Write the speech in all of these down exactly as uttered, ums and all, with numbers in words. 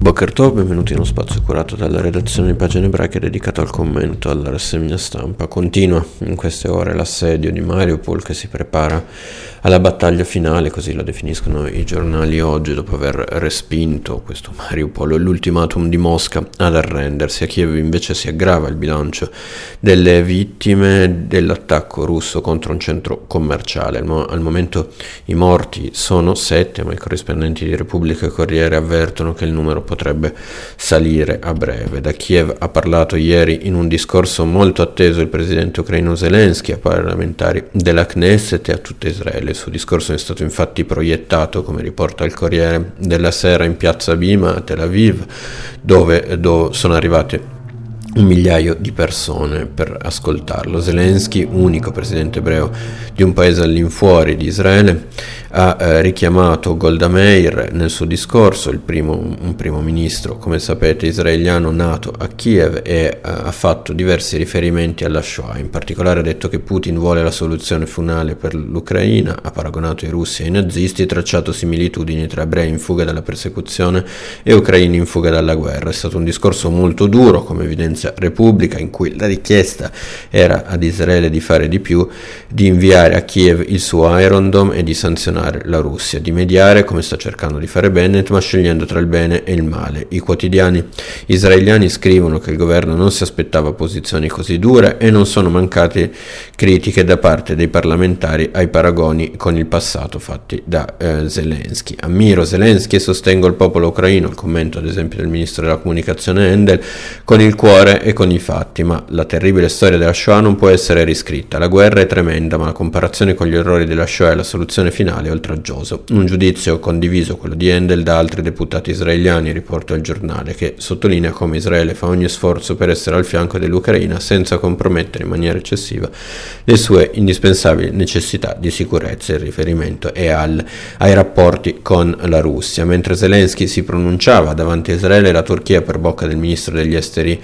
Boker Tov, benvenuti in uno spazio curato dalla redazione di Pagine Ebraiche dedicato al commento alla rassegna stampa. Continua in queste ore l'assedio di Mariupol che si prepara alla battaglia finale, così la definiscono i giornali oggi, dopo aver respinto questo Mariupol l'ultimatum di Mosca ad arrendersi. A Kiev invece si aggrava il bilancio delle vittime dell'attacco russo contro un centro commerciale. Al, mo- al momento i morti sono sette, ma i corrispondenti di Repubblica e Corriere avvertono che il numero potrebbe salire a breve. Da Kiev ha parlato ieri in un discorso molto atteso il presidente ucraino Zelensky a parlamentari della Knesset e a tutta Israele. Il suo discorso è stato infatti proiettato, come riporta il Corriere della Sera, in piazza Bima a Tel Aviv, dove, dove sono arrivate un migliaio di persone per ascoltarlo. Zelensky, unico presidente ebreo di un paese all'infuori di Israele, ha eh, richiamato Golda Meir nel suo discorso, il primo, un primo ministro, come sapete, israeliano nato a Kiev, e eh, ha fatto diversi riferimenti alla Shoah. In particolare ha detto che Putin vuole la soluzione finale per l'Ucraina, ha paragonato i russi ai nazisti e tracciato similitudini tra ebrei in fuga dalla persecuzione e ucraini in fuga dalla guerra. È stato un discorso molto duro, come evidenzia Repubblica, in cui la richiesta era ad Israele di fare di più, di inviare a Kiev il suo Iron Dome e di sanzionare la Russia, di mediare come sta cercando di fare Bennett, ma scegliendo tra il bene e il male. I quotidiani israeliani scrivono che il governo non si aspettava posizioni così dure e non sono mancate critiche da parte dei parlamentari ai paragoni con il passato fatti da eh, Zelensky. Ammiro Zelensky e sostengo il popolo ucraino, il commento ad esempio del ministro della comunicazione Endel, con il cuore e con i fatti, ma la terribile storia della Shoah non può essere riscritta. La guerra è tremenda, ma la comparazione con gli orrori della Shoah e la soluzione finale è oltraggioso. Un giudizio condiviso, quello di Endel, da altri deputati israeliani, riporta il giornale, che sottolinea come Israele fa ogni sforzo per essere al fianco dell'Ucraina senza compromettere in maniera eccessiva le sue indispensabili necessità di sicurezza. Il riferimento è al, ai rapporti con la Russia. Mentre Zelensky si pronunciava davanti a Israele, la Turchia, per bocca del ministro degli esteri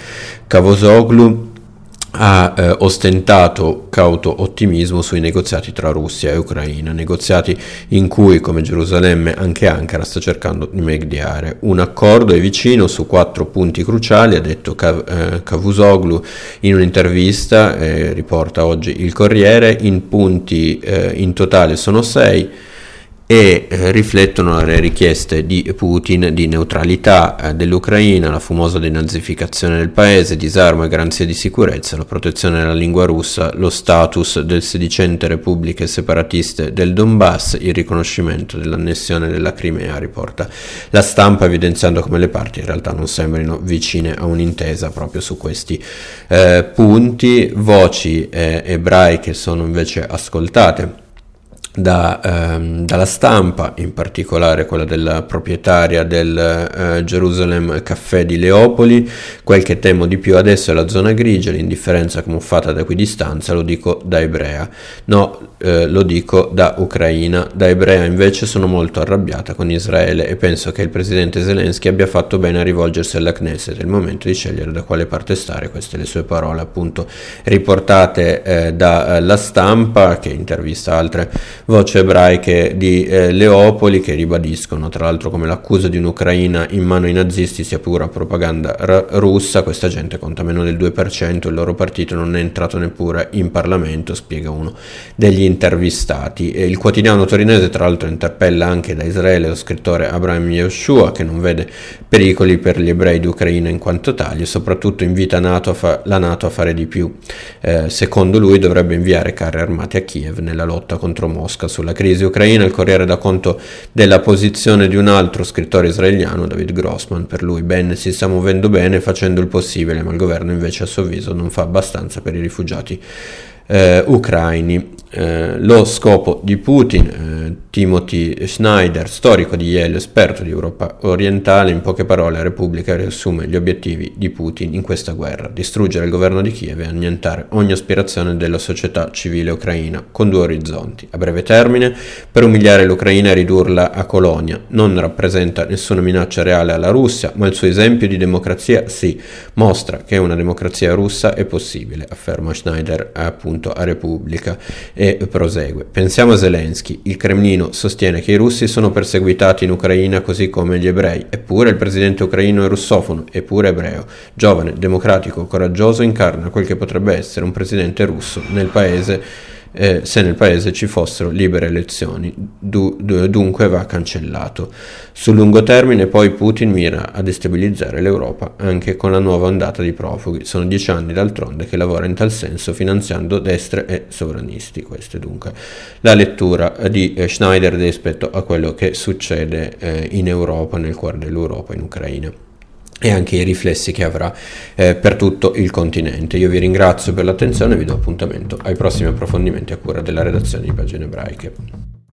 Cavusoglu, ha eh, ostentato cauto ottimismo sui negoziati tra Russia e Ucraina, negoziati in cui, come Gerusalemme, anche Ankara sta cercando di mediare. Un accordo è vicino su quattro punti cruciali, ha detto Cav- eh, Cavusoglu in un'intervista, eh, riporta oggi il Corriere. In punti eh, in totale sono sei e eh, riflettono le richieste di Putin di neutralità eh, dell'Ucraina, la fumosa denazificazione del paese, disarmo e garanzie di sicurezza, la protezione della lingua russa, lo status del sedicente repubbliche separatiste del Donbass, il riconoscimento dell'annessione della Crimea, riporta la Stampa, evidenziando come le parti in realtà non sembrino vicine a un'intesa proprio su questi eh, punti. Voci eh, ebraiche sono invece ascoltate Da, ehm, dalla Stampa, in particolare quella della proprietaria del eh, Jerusalem Caffè di Leopoli. Quel che temo di più adesso è la zona grigia, l'indifferenza camuffata da equidistanza. Lo dico da ebrea, no, eh, lo dico da ucraina. Da ebrea invece sono molto arrabbiata con Israele e penso che il presidente Zelensky abbia fatto bene a rivolgersi alla Knesset. È il momento di scegliere da quale parte stare. Queste le sue parole, appunto, riportate eh, dalla Stampa, che intervista altre voci ebraiche di eh, Leopoli, che ribadiscono tra l'altro come l'accusa di un'Ucraina in mano ai nazisti sia pura propaganda r- russa. Questa gente conta meno del due per cento, il loro partito non è entrato neppure in Parlamento, spiega uno degli intervistati. E il quotidiano torinese tra l'altro interpella anche da Israele lo scrittore Abraham Yehoshua, che non vede pericoli per gli ebrei d'Ucraina in quanto tali e soprattutto invita NATO a fa- la NATO a fare di più. Eh, secondo lui dovrebbe inviare carri armati a Kiev nella lotta contro Mosca. Sulla crisi ucraina il Corriere dà conto della posizione di un altro scrittore israeliano, David Grossman. Per lui Ben si sta muovendo bene facendo il possibile, ma il governo invece a suo avviso non fa abbastanza per i rifugiati eh, ucraini. Eh, lo scopo di Putin, eh, Timothy Snyder, storico di Yale, esperto di Europa orientale, in poche parole la Repubblica riassume gli obiettivi di Putin in questa guerra: distruggere il governo di Kiev e annientare ogni aspirazione della società civile ucraina, con due orizzonti: a breve termine per umiliare l'Ucraina e ridurla a colonia. Non rappresenta nessuna minaccia reale alla Russia, ma il suo esempio di democrazia sì, mostra che una democrazia russa è possibile, afferma Schneider appunto a Repubblica. e prosegue. Pensiamo a Zelensky, il Cremlino sostiene che i russi sono perseguitati in Ucraina così come gli ebrei, eppure il presidente ucraino è russofono, eppure ebreo, giovane, democratico, coraggioso, incarna quel che potrebbe essere un presidente russo nel paese. Eh, se nel paese ci fossero libere elezioni, du- du- dunque va cancellato. Sul lungo termine poi Putin mira a destabilizzare l'Europa anche con la nuova ondata di profughi. Sono dieci anni d'altronde che lavora in tal senso finanziando destre e sovranisti. Questa è dunque la lettura di eh, Schneider rispetto a quello che succede eh, in Europa, nel cuore dell'Europa, in Ucraina, e anche i riflessi che avrà eh, per tutto il continente. Io vi ringrazio per l'attenzione e vi do appuntamento ai prossimi approfondimenti a cura della redazione di Pagine Ebraiche.